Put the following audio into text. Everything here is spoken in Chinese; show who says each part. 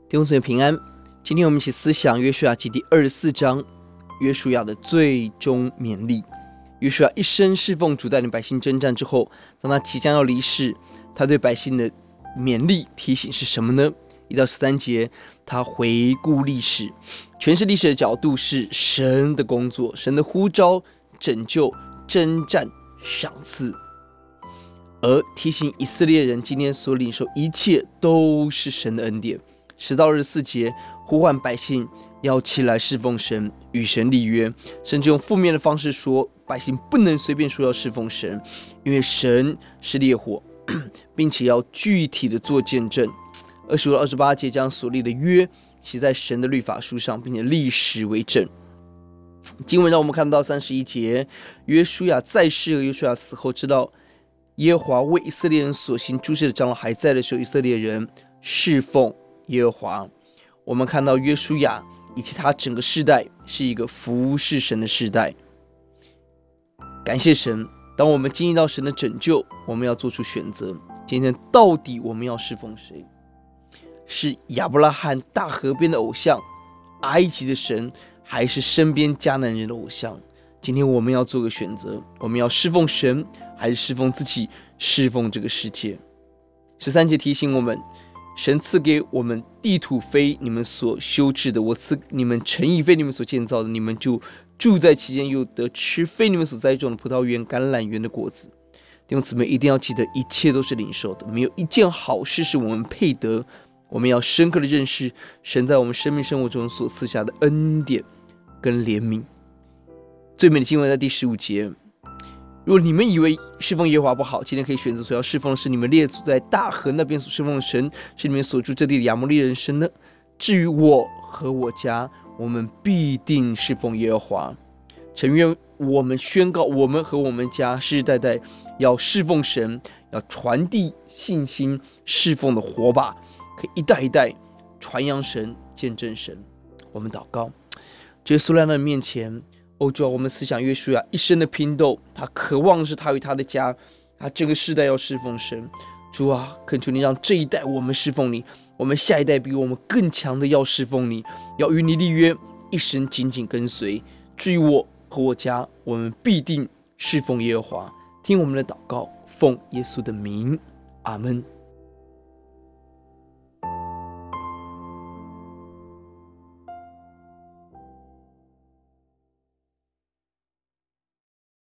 Speaker 1: 弟兄姊妹平安，今天我们一起思想约书亚记第24章，约书亚的最终勉励。约书亚一生侍奉主，带领百姓征战之后，当他即将要离世，他对百姓的勉励提醒是什么呢？1到13节，他回顾历史，诠释历史的角度是神的工作，神的呼召、拯救、征战、赏赐，而提醒以色列人今天所领受一切都是神的恩典。10到24节，呼唤百姓要起来侍奉神，与神立约，甚至用负面的方式说百姓不能随便说要侍奉神，因为神是烈火，并且要具体的做见证。25到28节将所立的约写在神的律法书上，并且立时为证。经文让我们看到31节，约书亚在世和约书亚死后，知道耶和华为以色列人所行诸事的长老还在的时候，以色列人侍奉耶和华。我们看到约书亚以及他整个世代是一个服侍神的世代。感谢神，当我们经历到神的拯救，我们要做出选择。今天到底我们要侍奉谁？是亚伯拉罕大河边的偶像，埃及的神，还是身边迦南人的偶像？今天我们要做个选择，我们要侍奉神，还是侍奉自己，侍奉这个世界？13节提醒我们，神赐给我们地土非你们所修治的，我赐你们城邑非你们所建造的，你们就住在其间，又得吃非你们所栽种的葡萄园、橄榄园的果子。弟兄姊妹，一定要记得，一切都是领受的，没有一件好事是我们配得。我们要深刻的认识神在我们生命生活中所赐下的恩典跟怜悯。最美的经文在第15节，如果你们以为侍奉耶和华不好，今天可以选择所要侍奉的是你们列祖在大河那边所侍奉的神，是你们所住这地的亚摩利人神呢？至于我和我家，我们必定侍奉耶和华。诚愿我们宣告，我们和我们家世世代代要侍奉神，要传递信心侍奉的火把，可以一代一代传扬神，见证神。我们祷告，耶稣来到你面前，主啊，我们思想约书亚一生的拼斗，他渴望是他与他的家，他整个世代要侍奉神。主啊，恳求你让这一代我们侍奉你，我们下一代比我们更强的要侍奉你，要与你立约，一生紧紧跟随。至于我和我家，我们必定侍奉耶和华。听我们的祷告，奉耶稣的名，阿们。